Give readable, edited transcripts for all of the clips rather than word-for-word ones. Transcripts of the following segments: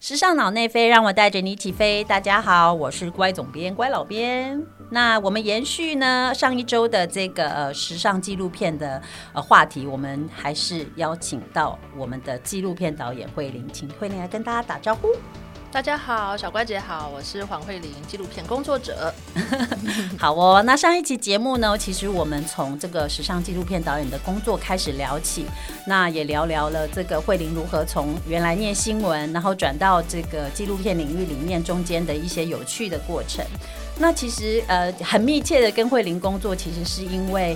时尚脑内飞，让我带着你起飞。大家好，我是乖总编乖老编。那我们延续呢上一周的这个时尚纪录片的话题，我们还是邀请到我们的纪录片导演慧玲，请慧玲来跟大家打招呼。 大家好，小乖姐好，我是黄慧玲，纪录片工作者。 好哦，那上一期节目呢，其实我们从这个时尚纪录片导演的工作开始聊起，那也聊了这个慧玲如何从原来念新闻，然后转到这个纪录片领域里面中间的一些有趣的过程。那其实很密切的跟慧玲工作，其实是因为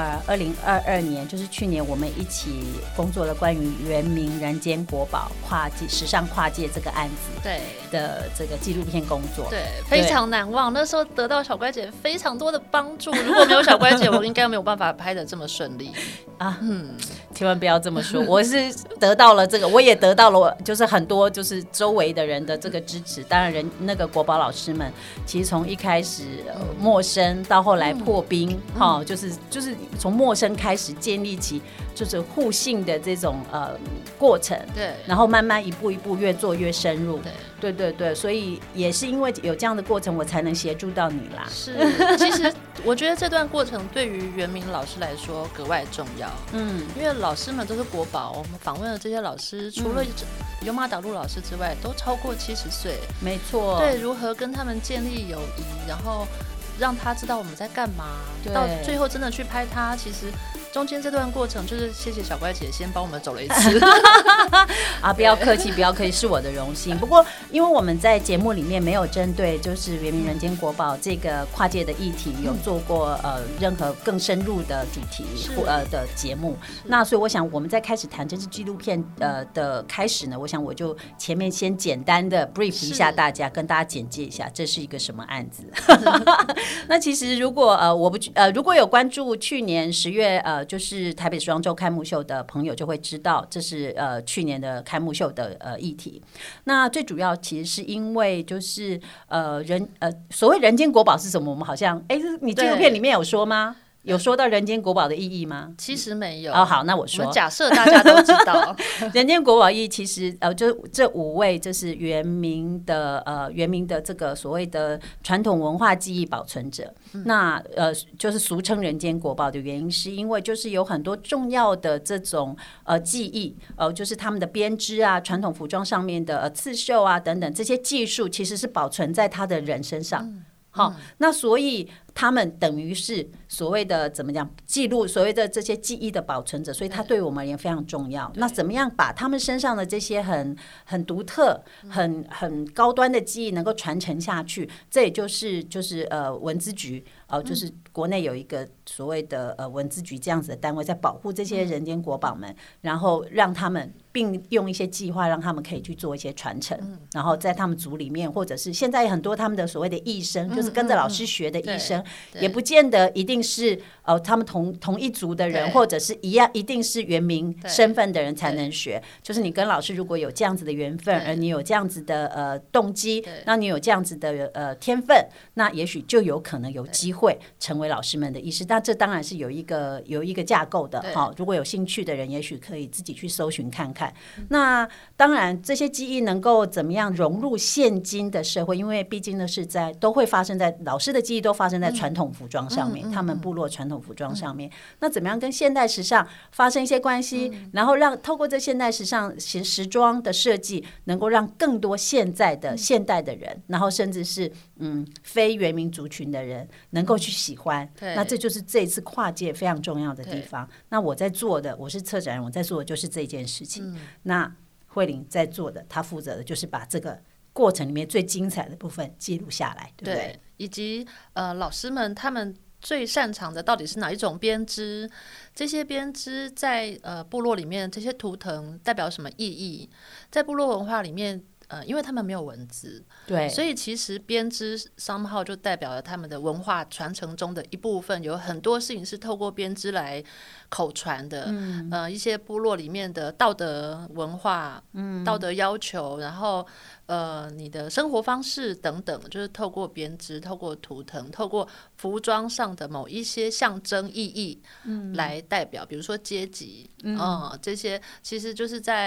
2022年就是去年我们一起工作了关于原名人间国宝时尚跨界这个案子对的这个纪录片工作， 对，非常难忘。那时候得到小乖姐非常多的帮助，如果没有小乖姐，我应该没有办法拍得这么顺利啊。千万不要这么说，我是得到了这个，我也得到了就是很多就是周围的人的这个支持。当然那个国宝老师们，其实从一开始陌生到后来破冰，就是从陌生开始建立起就是互信的这种过程， 对， 然后慢慢一步一步越做越深入，对，所以也是因为有这样的过程，我才能协助到你啦。 是，其实我觉得这段过程对于原名老师来说格外重要，因为老师们都是国宝，我们访问的这些老师，除了有马导路老师之外，都超过70岁， 没错， 对，如何跟他们建立友谊，然后让他知道我们在干嘛，到最后真的去拍他，其实中间这段过程就是谢谢小乖姐先帮我们走了一次啊，不要客气，不要客气，是我的荣幸。不过因为我们在节目里面没有针对就是原名人间国宝这个跨界的议题有做过任何更深入的主题的节目，那所以我想我们在开始谈这支纪录片的开始呢，我想我就前面先简单的 brief 一下大家，跟大家简介一下这是一个什么案子那其实如果如果有关注去年10月就是台北时装周开幕秀的朋友就会知道，这是去年的开幕秀的议题。那最主要其实是因为就是所谓人间国宝是什么？我们好像你纪录片里面有说吗？有说到人间国宝的意义吗？ 其实没有。 好，那我说， 我们假设大家都知道人间国宝意义其实就这5位就是原名的这个所谓的传统文化记忆保存者。那就是俗称人间国宝的原因是因为就是有很多重要的这种技艺就是他们的编织啊，传统服装上面的刺绣啊等等这些技术其实是保存在他的人身上。那所以他们等于是所谓的怎么讲记录所谓的这些记忆的保存者，所以它对我们而言非常重要。那怎么样把他们身上的这些很独特、很高端的记忆能够传承下去？这也就是文资局就是国内有一个所谓的文资局这样子的单位，在保护这些人间国宝们，然后让他们并用一些计划让他们可以去做一些传承，然后在他们组里面，或者是现在很多他们的所谓的艺生，就是跟着老师学的艺生，也不见得一定是他们同一族的人，或者是一定是原名身份的人才能学。就是你跟老师如果有这样子的缘分，而你有这样子的动机，那你有这样子的天分，那也许就有可能有机会成为老师们的医师。那这当然是有一个架构的如果有兴趣的人，也许可以自己去搜寻看看。那当然这些记忆能够怎么样融入现今的社会，因为毕竟呢都会发生在老师的记忆都发生在传统服装上面，他们部落传统服装上面，那怎么样跟现代时尚发生一些关系，然后透过这现代时装的设计能够让更多现代的人，然后甚至是非原民族群的人能够去喜欢，那这就是这一次跨界非常重要的地方。那我是策展人，我在做的就是这件事情。那慧玲在做的，她负责的就是把这个过程里面最精彩的部分记录下来，对不对？ 对，以及老师们他们最擅长的到底是哪一种编织？这些编织在部落里面，这些图腾代表什么意义？在部落文化里面，因为他们没有文字， 对， 所以其实编织somehow就代表了他们的文化传承中的一部分。有很多事情是透过编织来口传的，一些部落里面的道德文化，道德要求，然后你的生活方式等等，就是透过编织、透过图腾、透过服装上的某一些象征意义来代表，比如说阶级，这些其实就是在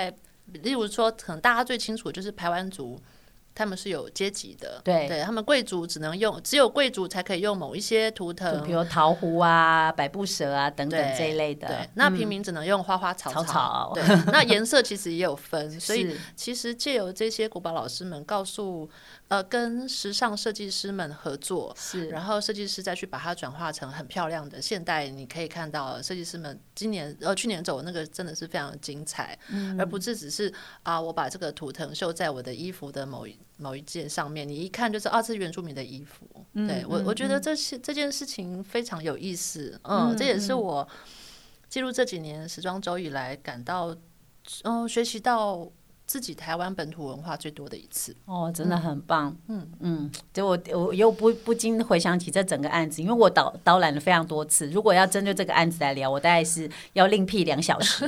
例如说，可能大家最清楚就是排湾族。他们是有阶级的， 对他们贵族只有贵族才可以用某一些图腾， 比如桃壶啊、百步蛇啊等等这一类的。 对，那平民只能用花花草草。 对，那颜色其实也有分，所以其实借由这些国宝老师们告诉，跟时尚设计师们合作，然后设计师再去把它转化成很漂亮的现代。你可以看到设计师们去年走的那个真的是非常的精彩，而不是只是我把这个图腾绣在我的衣服的某一件上面，你一看就是这是原住民的衣服。对，我觉得这件事情非常有意思。这也是我记录这几年时装周以来感到学习到自己台湾本土文化最多的一次。 真的很棒。就我又不禁回想起这整个案子，因为我导览了非常多次，如果要针对这个案子来聊，我大概是要另辟2小时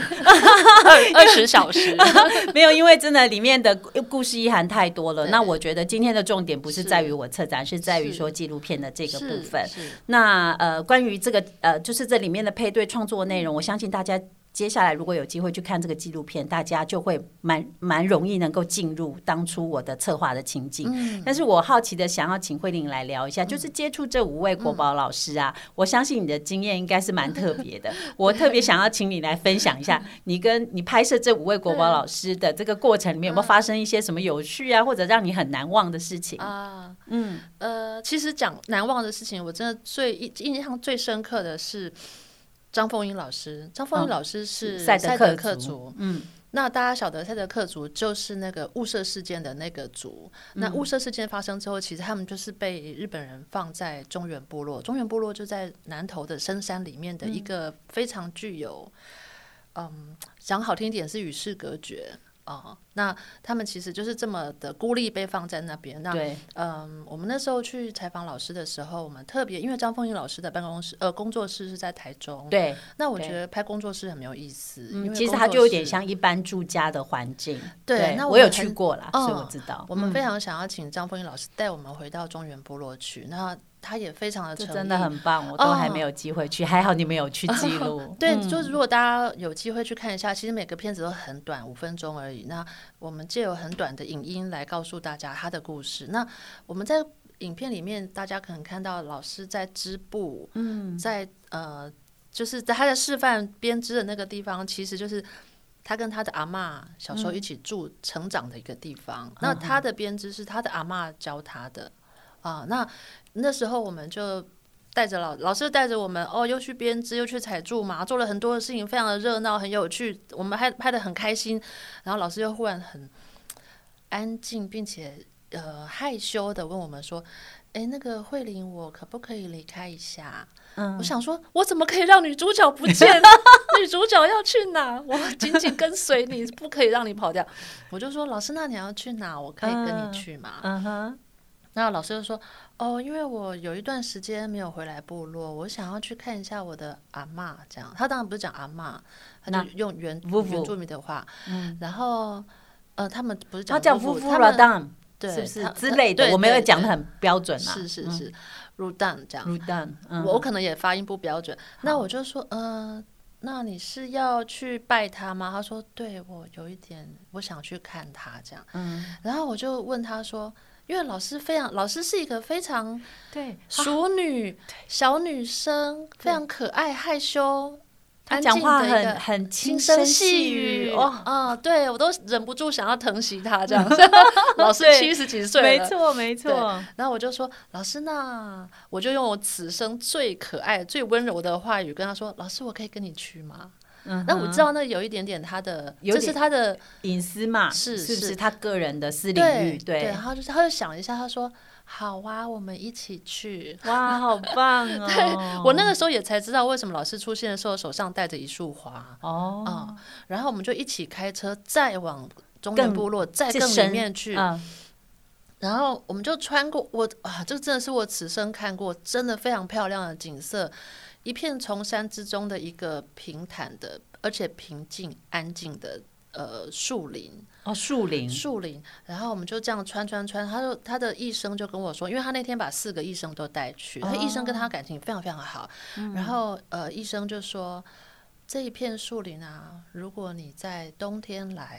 20小时没有，因为真的里面的故事意涵太多了。那我觉得今天的重点不是在于我策展，是在于说纪录片的这个部分。那关于这个就是这里面的配对创作内容，我相信大家接下来如果有机会去看这个纪录片，大家就会蛮容易能够进入当初我的策划的情境。但是我好奇的想要请慧玲来聊一下，就是接触这5位国宝老师啊，我相信你的经验应该是蛮特别的。我特别想要请你来分享一下，你拍摄这5位国宝老师的这个过程里面，有没有发生一些什么有趣啊，或者让你很难忘的事情啊？ 其实讲难忘的事情，我真的印象最深刻的是张凤英老师。张凤英老师是赛德克族。那大家晓得赛德克族就是那个雾社事件的那个族。那雾社事件发生之后，其实他们就是被日本人放在中原部落。中原部落就在南投的深山里面的一个非常具有，讲好听一点是与世隔绝。那他们其实就是这么的孤立被放在那边。那我们那时候去采访老师的时候，我们特别因为张凤英老师的工作室是在台中。 对， 那我觉得拍工作室很没有意思。因为其实它就有点像一般住家的环境。 对，那我有去过啦，所以我知道。 我们非常想要请张凤英老师带我们回到中原部落去。那他也非常的诚意， 真的很棒，我都还没有机会去，还好你们有去记录。 对，就是如果大家有机会去看一下，其实每个片子都很短，5分钟而已。那我们借由很短的影音来告诉大家他的故事。那我们在影片里面，大家可能看到老师在织布，在就是在他在示范编织的那个地方，其实就是他跟他的阿嬷小时候一起住成长的一个地方。那他的编织是他的阿嬷教他的。那时候我们就带着老师带着我们又去编织又去采苎麻，做了很多的事情，非常的热闹很有趣，我们拍得很开心。然后老师又忽然很安静并且害羞的问我们说，那个慧玲，我可不可以离开一下？我想说我怎么可以让女主角不见女主角要去哪？我紧紧跟随你，不可以让你跑掉。我就说老师，那你要去哪？我可以跟你去吗？那老师就说因为我有一段时间没有回来部落，我想要去看一下我的阿嬷。这样，他当然不是讲阿嬷，他就用原住民的话。然后他们不是讲夫妇， 他们对， 是不是之类的？我没有讲得很标准啊。 是，Rudan 这样。 Rudan， 我可能也发音不标准。那我就说那你是要去拜他吗？他说对，我有一点我想去看他这样。然后我就问他说，因为老师是一个非常淑女小女生，非常可爱害羞， 她讲话很轻声细语。 对，我都忍不住想要疼惜她这样。老师70几岁了， 没错。 然后我就说老师，那我就用我此生最可爱最温柔的话语跟他说，老师我可以跟你去吗？那我知道那有一点点他的，这是他的隐私嘛，是不是他个人的私领域？ 对，然后他就想一下，他说好啊，我们一起去。 哇，好棒哦！ 对，我那个时候也才知道为什么老师出现的时候手上带着一束花然后我们就一起开车再往中原部落再更里面去。然后我们就穿过这真的是我此生看过真的非常漂亮的景色，一片丛山之中的一个平坦的而且平静安静的树林。 树林。然后我们就这样穿，他的医生就跟我说，因为他那天把4个医生都带去，他医生跟他感情非常非常好。然后医生就说，这一片树林啊，如果你在冬天来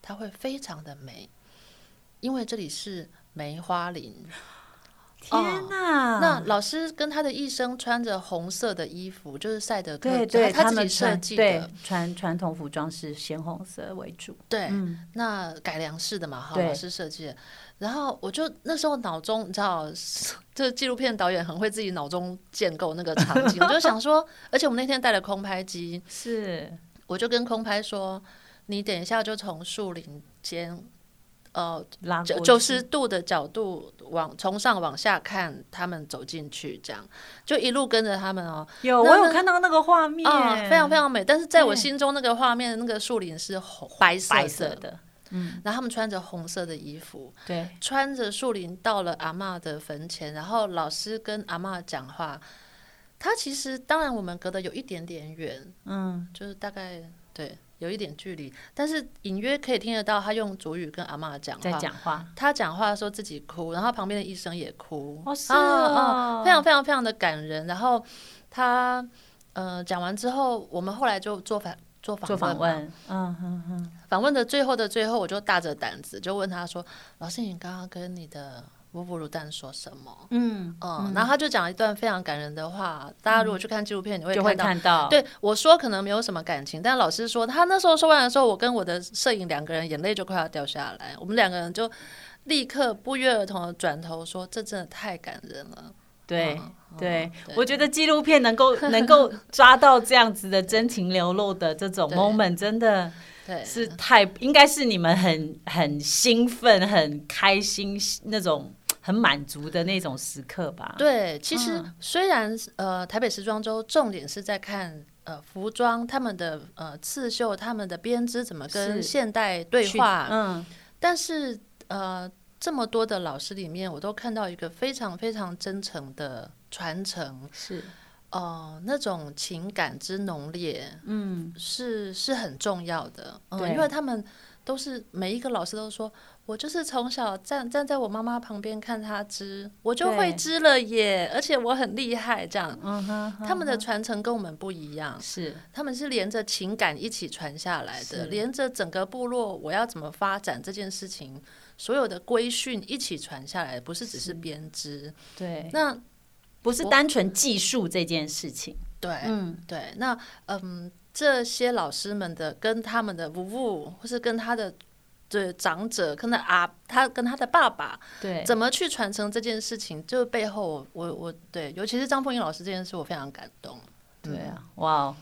它会非常的美，因为这里是梅花林。 天哪！ 那老师跟他的医生穿着红色的衣服，就是赛德克对对， 他自己设计的， 传统服装是鲜红色为主。 对，那改良式的嘛，哈，老师设计的。然后我就那时候脑中，你知道，这纪录片导演很会自己脑中建构那个场景，我就想说，而且我们那天带了空拍机， 是， 我就跟空拍说，你等一下就从树林间。90度的角度从上往下看，他们走进去，这样就一路跟着他们哦。 我有看到那个画面， 非常非常美。但是在我心中，那个画面，那个树林是白色的，然后他们穿着红色的衣服， 对， 穿着树林到了阿嬷的坟前，然后老师跟阿嬷讲话。他其实当然我们隔得有一点点远，就是大概对。有一点距离，但是隐约可以听得到他用主语跟阿嬷讲话。他讲话的时候自己哭，然后旁边的医生也哭，非常非常非常的感人。然后他讲完之后，我们后来就做访问，访问的最后，我就大着胆子就问他说：“老师，你刚刚跟你的乌布鲁旦说什么？”然后他就讲了一段非常感人的话。大家如果去看纪录片，你会看到。对，我说可能没有什么感情，但老师说他那时候说完的时候，我跟我的摄影两个人眼泪就快要掉下来。我们两个人就立刻不约而同的转头说：“这真的太感人了。” 对。我觉得纪录片能够抓到这样子的真情流露的这种 moment， 真的是应该是你们很兴奋、很开心那种。很满足的那种时刻吧。 对，其实虽然台北时装周重点是在看服装他们的刺绣、他们的编织怎么跟现代对话，但是这么多的老师里面，我都看到一个非常非常真诚的传承， 是那种情感之浓烈，是很重要的，因为他们都是每一个老师都说。我就是从小站在我妈妈旁边看她织，我就会织了耶，而且我很厉害这样。他们的传承跟我们不一样， 是他们是连着情感一起传下来的，连着整个部落我要怎么发展这件事情，所有的规训一起传下来，不是只是编织。 对， 那不是单纯技术这件事情。 对，对，那这些老师们的跟他们的夫妇，或是跟他的。对长者，他跟他的爸爸， 对， 怎么去传承这件事情？就背后我对，尤其是张凤英老师这件事，我非常感动。 对啊，哇，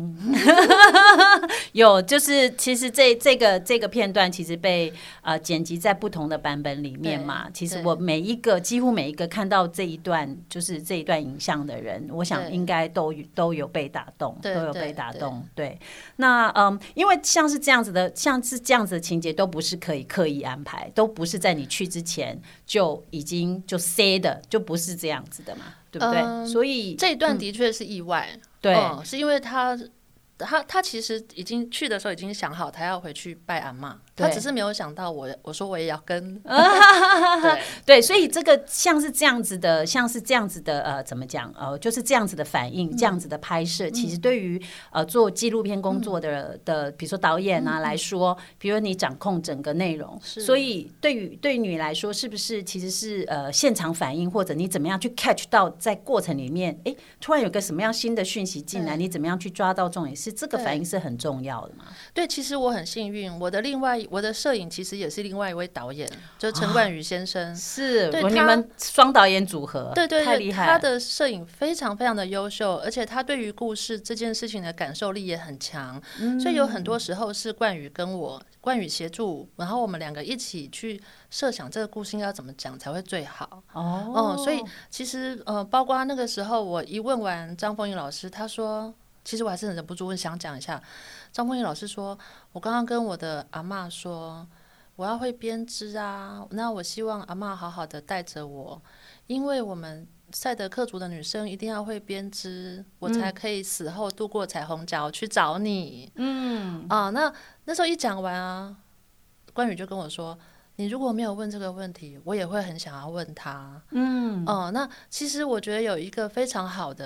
有，就是其实这个片段其实被剪辑在不同的版本里面嘛。其实我几乎每一个看到这一段就是这一段影像的人，我想应该都有被打动，都有被打动。对，那因为像是这样子的情节，都不是可以刻意安排，都不是在你去之前就已经就 say 的，就不是这样子的嘛。对不对？所以这一段的确是意外， 对， 是因为他其实已经去的时候已经想好，他要回去拜阿嬷，他只是没有想到我说我也要跟， 对，所以这个像是这样子的怎么讲？就是这样子的反应，这样子的拍摄，其实对于做纪录片工作的比如说导演啊来说，比如你掌控整个内容，所以对于你来说，是不是其实是现场反应，或者你怎么样去 catch 到在过程里面，突然有个什么样新的讯息进来，你怎么样去抓到重点？是这个反应是很重要的嘛？ 对，其实我很幸运，我的摄影其实也是另外一位导演，就是陈冠宇先生， 是你们双导演组合， 对， 太厉害了。 他的摄影非常非常的优秀，而且他对于故事这件事情的感受力也很强，所以有很多时候是冠宇协助，然后我们两个一起去设想这个故事应该要怎么讲才会最好。所以其实包括那个时候我一问完张凤英老师，他说。其实我还是忍不住想讲一下，张凤英老师说，我刚刚跟我的阿嬷说，我要会编织啊，那我希望阿嬷好好的带着我，因为我们赛德克族的女生一定要会编织，我才可以死后渡过彩虹桥去找你。那时候一讲完啊，冠宇就跟我说，你如果没有问这个问题，我也会很想要问他。那其实我觉得有一个非常好的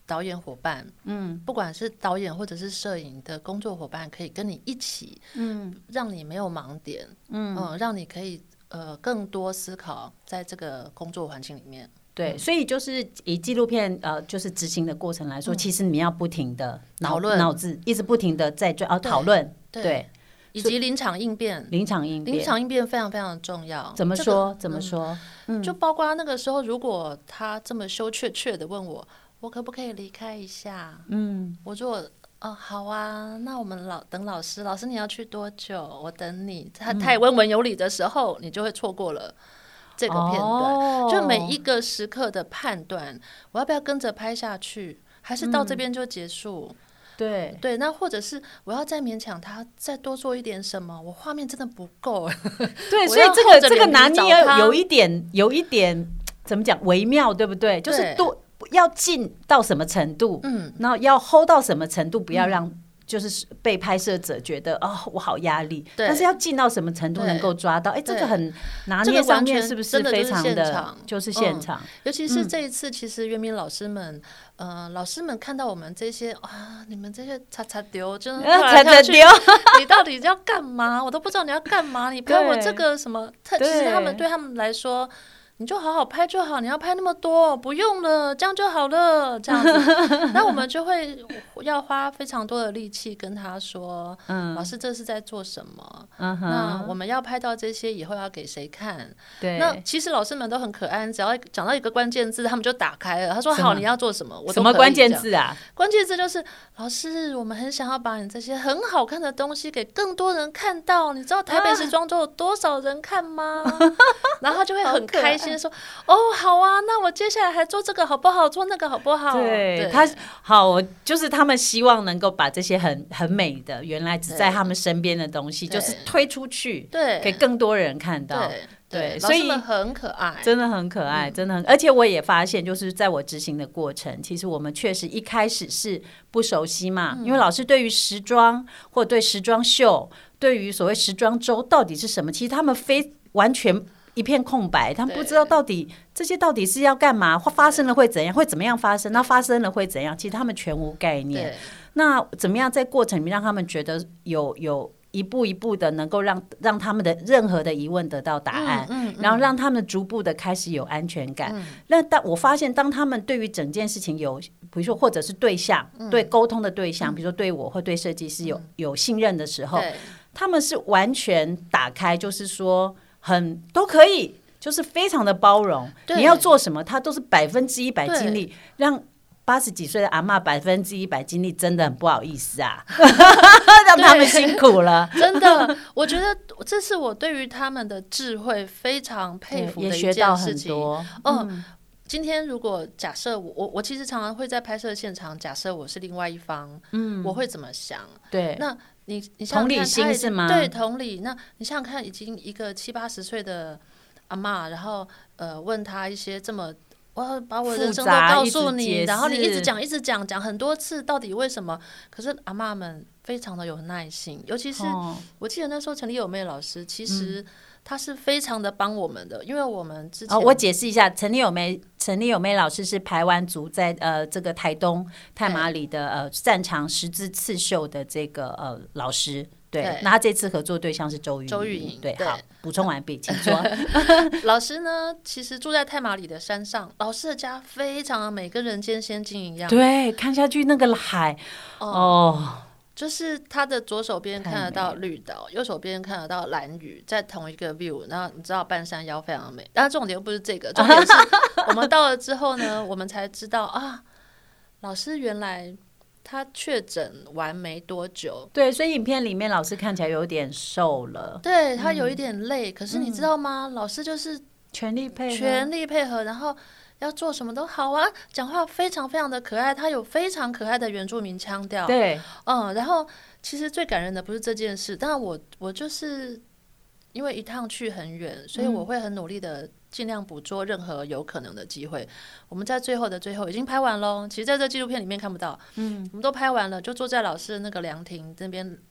导演伙伴，不管是导演或者是摄影的工作伙伴，可以跟你一起，让你没有盲点，让你可以更多思考在这个工作环境里面。 对，所以就是以纪录片就是执行的过程来说，其实你们要不停的讨论，脑子一直不停的在讨论，对， 以及临场应变，临场应变非常非常的重要。 怎么说？怎么说？ 就包括那个时候，如果他这么羞怯的问我可不可以离开一下？我说好啊，那我们等老师你要去多久？我等你。他太温文有礼的时候，你就会错过了这个片段。就每一个时刻的判断，我要不要跟着拍下去，还是到这边就结束？对，那或者是我要再勉强他再多做一点什么，我画面真的不够。 对，所以这个拿捏有一点怎么讲微妙，对不对？就是要近到什么程度，然后要 hold 到什么程度，不要让就是被拍摄者觉得我好压力，但是要近到什么程度能够抓到？这个很拿捏上面是不是非常的就是现场？ 尤其是这一次，其实原民老师们看到我们这些你们这些擦丢，真的擦丢，你到底要干嘛？我都不知道你要干嘛。你拍我这个什么？其实对他们来说。你就好好拍就好，你要拍那么多不用了，这样就好了，这样子。那我们就会要花非常多的力气跟他说，老师这是在做什么？那我们要拍到这些以后要给谁看？对。那其实老师们都很可爱，只要讲到一个关键字，他们就打开了。他说好，你要做什么？我都可以。 什么关键字啊？ 关键字就是老师，我们很想要把你这些很好看的东西给更多人看到。你知道台北时装周有多少人看吗？然后他就会很开心。先说好啊，那我接下来还做这个好不好？做那个好不好？ 对，就是他们希望能够把这些很美的，原来只在他们身边的东西，就是推出去，对，给更多人看到。对，所以老师们很可爱， 真的很可爱，真的很。而且我也发现，就是在我执行的过程，其实我们确实一开始是不熟悉嘛，因为老师对于时装或对时装秀，对于所谓时装周到底是什么，其实他们完全一片空白，他们不知道这些到底是要干嘛，发生了会怎样，会怎么样发生，那发生了会怎样，其实他们全无概念。那怎么样在过程里面让他们觉得有一步一步的能够让他们的任何的疑问得到答案，然后让他们逐步的开始有安全感。那我发现当他们对于整件事情有比如说或者是对象，对沟通的对象，比如说对我或对设计师有信任的时候，他们是完全打开，就是说都可以，就是非常的包容。你要做什么，他都是100%尽力。让80几岁的阿嬷100%尽力，真的很不好意思啊，让他们辛苦了。 真的，我觉得这是我对于他们的智慧非常佩服的一件事情。也学到很多。今天如果假设我其实常常会在拍摄现场，假设我是另外一方，我会怎么想？对，那你想想看，同理心是吗？对，同理。那你想想看，已经一个70、80岁的阿嬷，然后问他一些这么，我要把我的人生都告诉你，然后你一直讲很多次，到底为什么？可是阿嬷们非常的有耐心，尤其是我记得那时候陈立友妹老师，其实他是非常的帮我们的，因为我们之前我解释一下，陈立友妹老师是排湾族，在这个台东太麻里的擅长十字刺绣的这个老师。对，那他这次合作对象是周玉莹。对，好，补充完毕，请说。 老师呢，其实住在太麻里的山上，老师的家非常的美，跟人间仙境一样。 对，看下去那个海， 就是他的左手边看得到绿岛，右手边看得到兰屿，在同一个 view。然后你知道半山腰非常美，但重点又不是这个，重点是我们到了之后呢，我们才知道老师原来他确诊完没多久。 对，所以影片里面老师看起来有点瘦了， 对，他有一点累。可是你知道吗？老师就是全力配合， 然后要做什么都好啊，讲话非常非常的可爱，他有非常可爱的原住民腔调。对，然后其实最感人的不是这件事，但我就是因为一趟去很远，所以我会很努力的尽量捕捉任何有可能的机会。我们在最后已经拍完咯，其实在这纪录片里面看不到，我们都拍完了，就坐在老师的那个凉亭这边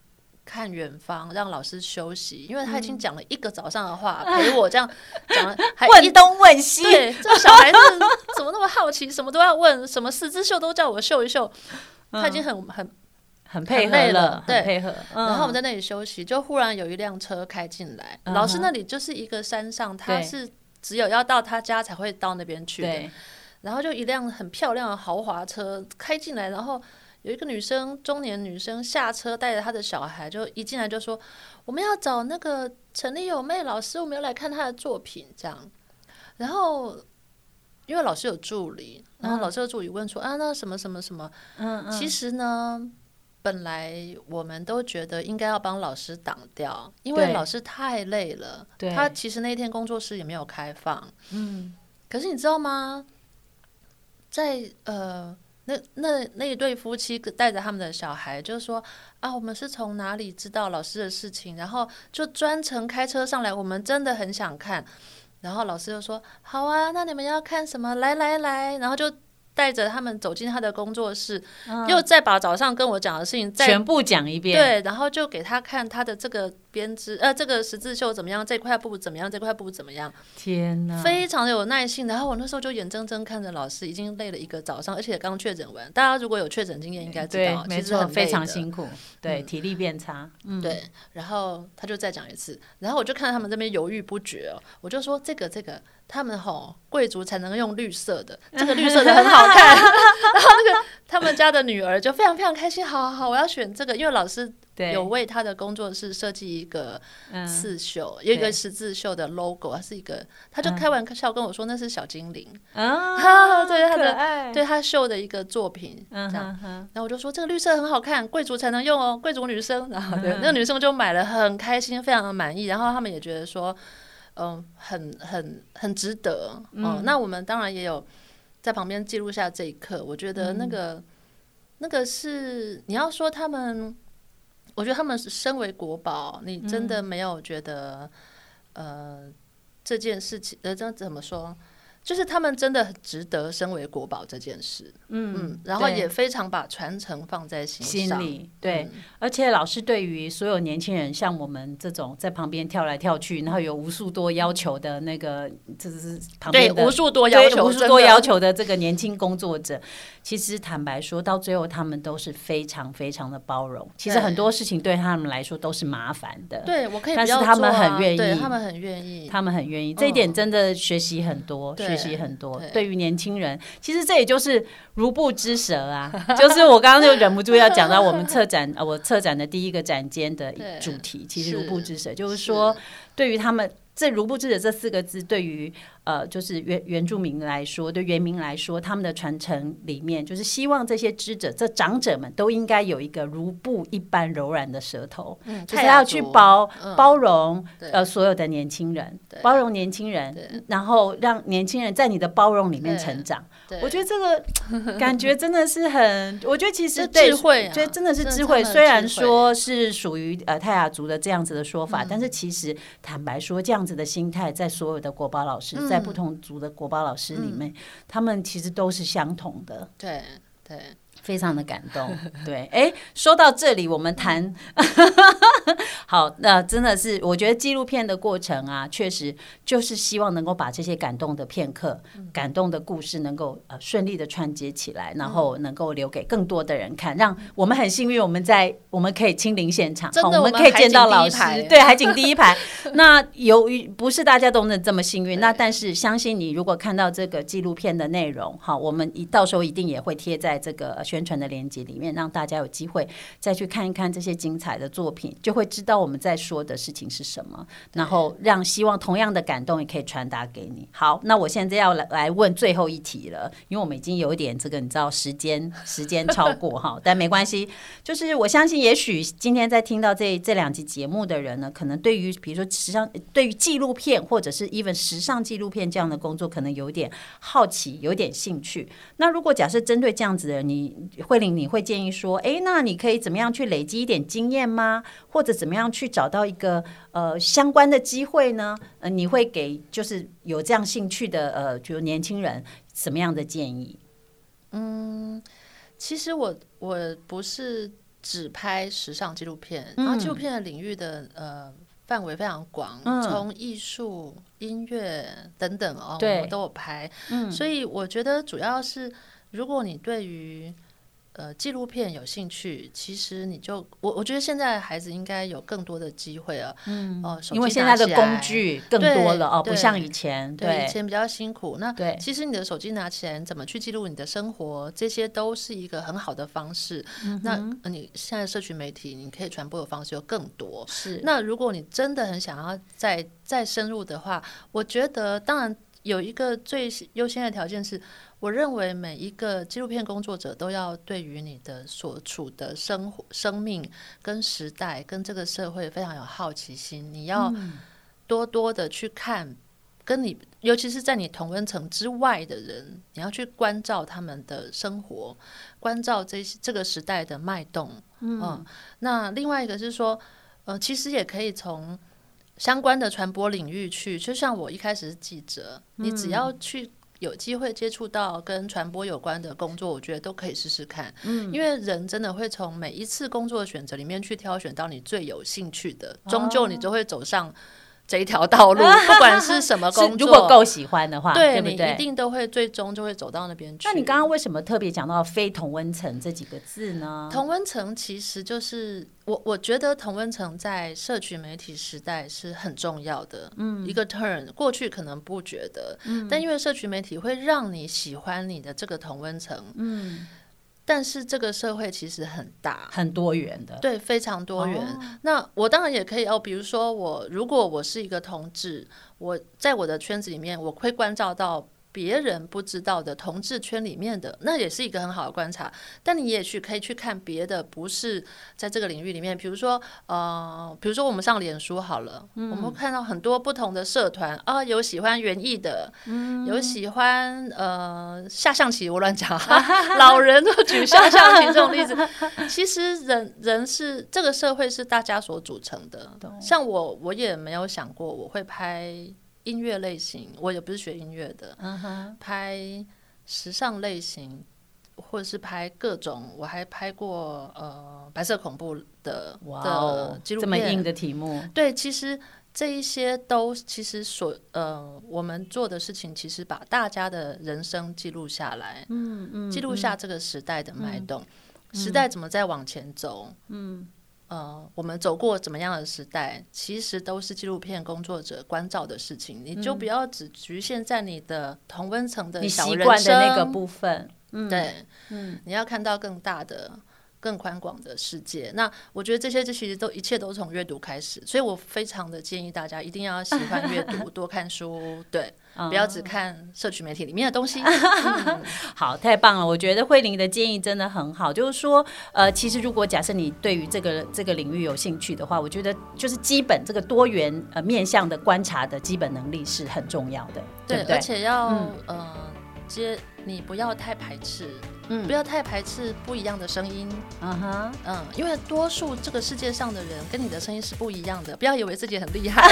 看远方，让老师休息，因为他已经讲了一个早上的话，陪我这样讲了，还问东问西。 对，这个小孩子怎么那么好奇，什么都要问，什么十字绣都叫我绣一绣，他已经很配合了， 对， 很配合。 然后我们在那里休息，就忽然有一辆车开进来，老师那里就是一个山上，他是只有要到他家才会到那边去的。然后就一辆很漂亮的豪华车开进来，然后有一个女生，中年女生下车，带着她的小孩，就一进来就说：“我们要找那个陈立友妹老师，我们要来看她的作品。”这样，然后因为老师有助理，然后老师的助理问说：“啊，那什么什么什么？”其实呢，本来我们都觉得应该要帮老师挡掉，因为老师太累了。他其实那天工作室也没有开放。可是你知道吗？在那一对夫妻带着他们的小孩，就是说啊，我们是从哪里知道老师的事情，然后就专程开车上来，我们真的很想看。然后老师就说：“好啊，那你们要看什么？来来来！”然后就带着他们走进他的工作室，又再把早上跟我讲的事情再全部讲一遍。 对，然后就给他看他的这个编织，这个十字绣怎么样，这块布怎么样，这块布怎么样。 天哪， 非常的有耐性。然后我那时候就眼睁睁看着老师已经累了一个早上，而且刚确诊完。大家如果有确诊经验，应该知道， 没错，非常辛苦，对，体力变差。 对。然后他就再讲一次，然后我就看到他们这边犹豫不决我就说这个。他们贵族才能用绿色的，这个绿色的很好看。然后他们家的女儿就非常非常开心，好，我要选这个，因为老师有为他的工作室设计一个刺绣，有一个十字绣的 logo， 它是一个，他就开玩笑跟我说那是小精灵对他绣的一个作品这样。然后我就说这个绿色很好看，贵族才能用哦，贵族女生。然后那个女生就买了，很开心，非常的满意。然后他们也觉得说很值得。那我们当然也有在旁边记录下这一刻。我觉得那个是你要说他们，我觉得他们身为国宝，你真的没有觉得这件事情这怎么说？就是他们真的很值得身为国宝这件事。然后也非常把传承放在心里。对，而且老师对于所有年轻人，像我们这种在旁边跳来跳去，然后有无数多要求的那个，就是旁边的无数多要求的这个年轻工作者，其实坦白说，到最后他们都是非常非常的包容。其实很多事情对他们来说都是麻烦的， 对，我可以， 但是他们很愿意， 对，他们很愿意， 这一点真的学习很多。对于年轻人，其实这也就是如布之蛇啊。就是我刚刚就忍不住要讲到我们我策展的第一个展间的主题，其实如布之蛇就是说，对于他们这如布之蛇这4个字，对于就是原住民来说，对原民来说，他们的传承里面，就是希望这些织者、这长者们都应该有一个如布一般柔软的舌头，就是要去包容所有的年轻人，包容年轻人，然后让年轻人在你的包容里面成长。我觉得这个感觉真的是很，我觉得其实智慧， 觉得真的是智慧。虽然说是属于泰雅族的这样子的说法，但是其实坦白说，这样子的心态在所有的国宝老师，在不同族的国宝老师里面，他们其实都是相同的。 对。 非常的感动。对，说到这里我们谈好，那真的是我觉得纪录片的过程啊，确实就是希望能够把这些感动的片刻、感动的故事能够顺利的串接起来，然后能够留给更多的人看，让我们很幸运，我们可以亲临现场， 真的我们可以见到老师，对，海景第一排。那不是大家都能这么幸运，那但是相信你如果看到这个纪录片的内容，好，我们到时候一定也会贴在这个宣传的连结里面，让大家有机会再去看一看这些精彩的作品，就会知道我们在说的事情是什么，然后让希望同样的感动也可以传达给你。好，那我现在要来问最后一题了，因为我们已经有一点这个你知道时间超过哈，但没关系，就是我相信也许今天在听到这2集节目的人呢，可能对于比如说对于纪录片或者是 even 时尚纪录片这样的工作可能有点好奇，有点兴趣。那如果假设针对这样子的人，慧玲你会建议说，那你可以怎么样去累积一点经验吗？或者怎么样去找到一个相关的机会呢？你会给就是有这样兴趣的就年轻人什么样的建议？ 其实我不是只拍时尚纪录片，然后纪录片的领域的范围非常广，从艺术、音乐等等我们都有拍。所以我觉得主要是，如果你对于纪录片有兴趣，其实你就我觉得现在孩子应该有更多的机会了。 因为现在的工具更多了不像以前。 对，以前比较辛苦。那其实你的手机拿起来，你怎么去记录你的生活，这些都是一个很好的方式。那你现在社群媒体，你可以传播的方式又更多。 是。 那如果你真的很想要再深入的话，我觉得当然有一个最优先的条件是，我认为每一个纪录片工作者都要对于你的所处的生命跟时代跟这个社会非常有好奇心，你要多多的去看，跟你尤其是在你同温层之外的人，你要去关照他们的生活，关照这个时代的脉动。那另外一个是说，其实也可以从相关的传播领域去，就像我一开始是记者，你只要去有机会接触到跟传播有关的工作，我觉得都可以试试看。因为人真的会从每一次工作的选择里面去挑选到你最有兴趣的，终究你就会走上这一条道路，不管是什么工作， 如果够喜欢的话，对不对？ 你一定都会最终就会走到那边去。 那你刚刚为什么特别讲到非同温层这几个字呢？ 同温层其实就是我觉得同温层在社群媒体时代是很重要的一个 turn。过去可能不觉得，但因为社群媒体会让你喜欢你的这个同温层。但是这个社会其实很大， 很多元的， 对，非常多元。那我当然也可以比如说如果我是一个同志，我在我的圈子里面，我会关照到别人不知道的同志圈里面的，那也是一个很好的观察。但你也可以去看别的，不是在这个领域里面，比如说我们上脸书好了，我们会看到很多不同的社团有喜欢园艺的，有喜欢下象棋，我乱讲老人都举下象棋这种例子。其实人是这个社会是大家所组成的，像我也没有想过我会拍音乐类型，我也不是学音乐的，拍时尚类型，或者是拍各种，我还拍过白色恐怖的纪录片， 这么硬的题目。 对，其实这一些都其实我们做的事情，其实把大家的人生记录下来，记录下这个时代的脉动，时代怎么在往前走，我们走过怎么样的时代，其实都是纪录片工作者关照的事情。你就不要只局限在你的同温层的小人生， 你习惯的那个部分。 对，你要看到更大的、更宽广的世界。那我觉得这些其实一切都从阅读开始，所以我非常的建议大家一定要喜欢阅读，多看书，对。不要只看社群媒体里面的东西。 好，太棒了！我觉得慧玲的建议真的很好，就是说，其实如果假设你对于这个领域有兴趣的话，我觉得就是基本这个多元面向的观察的基本能力是很重要的，对不对？ 而且要你不要太排斥。不要太排斥不一样的声音，因为多数这个世界上的人跟你的声音是不一样的，不要以为自己很厉害。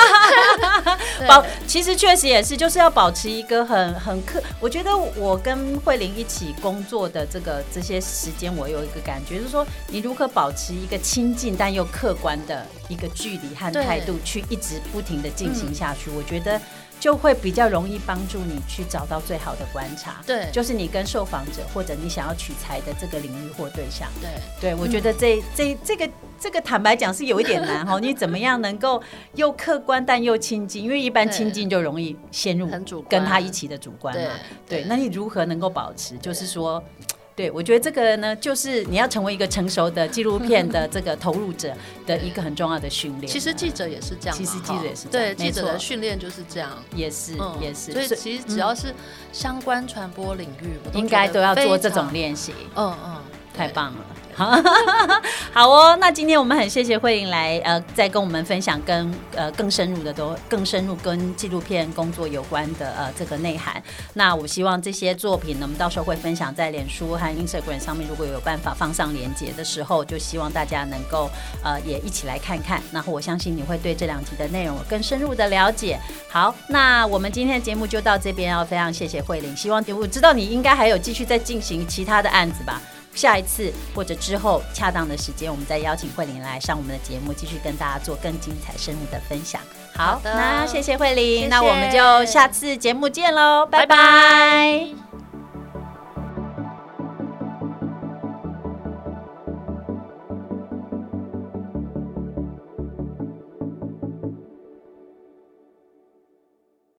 其实确实也是，就是要保持一个我觉得我跟慧玲一起工作的这些时间，我有一个感觉，就是说你如何保持一个亲近但又客观的一个距离和态度，去一直不停的进行下去，我觉得就会比较容易帮助你去找到最好的观察。 对， 就是你跟受访者或者你想要取材的这个领域或对象。 对， 我觉得这个坦白讲是有一点难你怎么样能够又客观但又亲近？因为一般亲近就容易陷入跟他一起的主观嘛。对，那你如何能够保持？就是说。对，我觉得这个呢，就是你要成为一个成熟的纪录片的这个投入者的一个很重要的训练。 其实记者也是这样，对，记者的训练就是这样， 也是。 所以其实只要是相关传播领域， 应该都要做这种练习。太棒了。好哦，那今天我们很谢谢慧玲来再跟我们分享更深入跟纪录片工作有关的这个内涵。那我希望这些作品呢，我们到时候会分享在脸书和 Instagram 上面，如果有办法放上连结的时候，就希望大家能够也一起来看看。然后我相信你会对这2集的内容有更深入的了解。好，那我们今天的节目就到这边，要非常谢谢慧玲。希望我知道你应该还有继续在进行其他的案子吧。 下一次或者之后恰当的时间，我们再邀请慧玲来上我们的节目，继续跟大家做更精彩深入的分享。好，那谢谢慧玲，那我们就下次节目见喽，拜拜。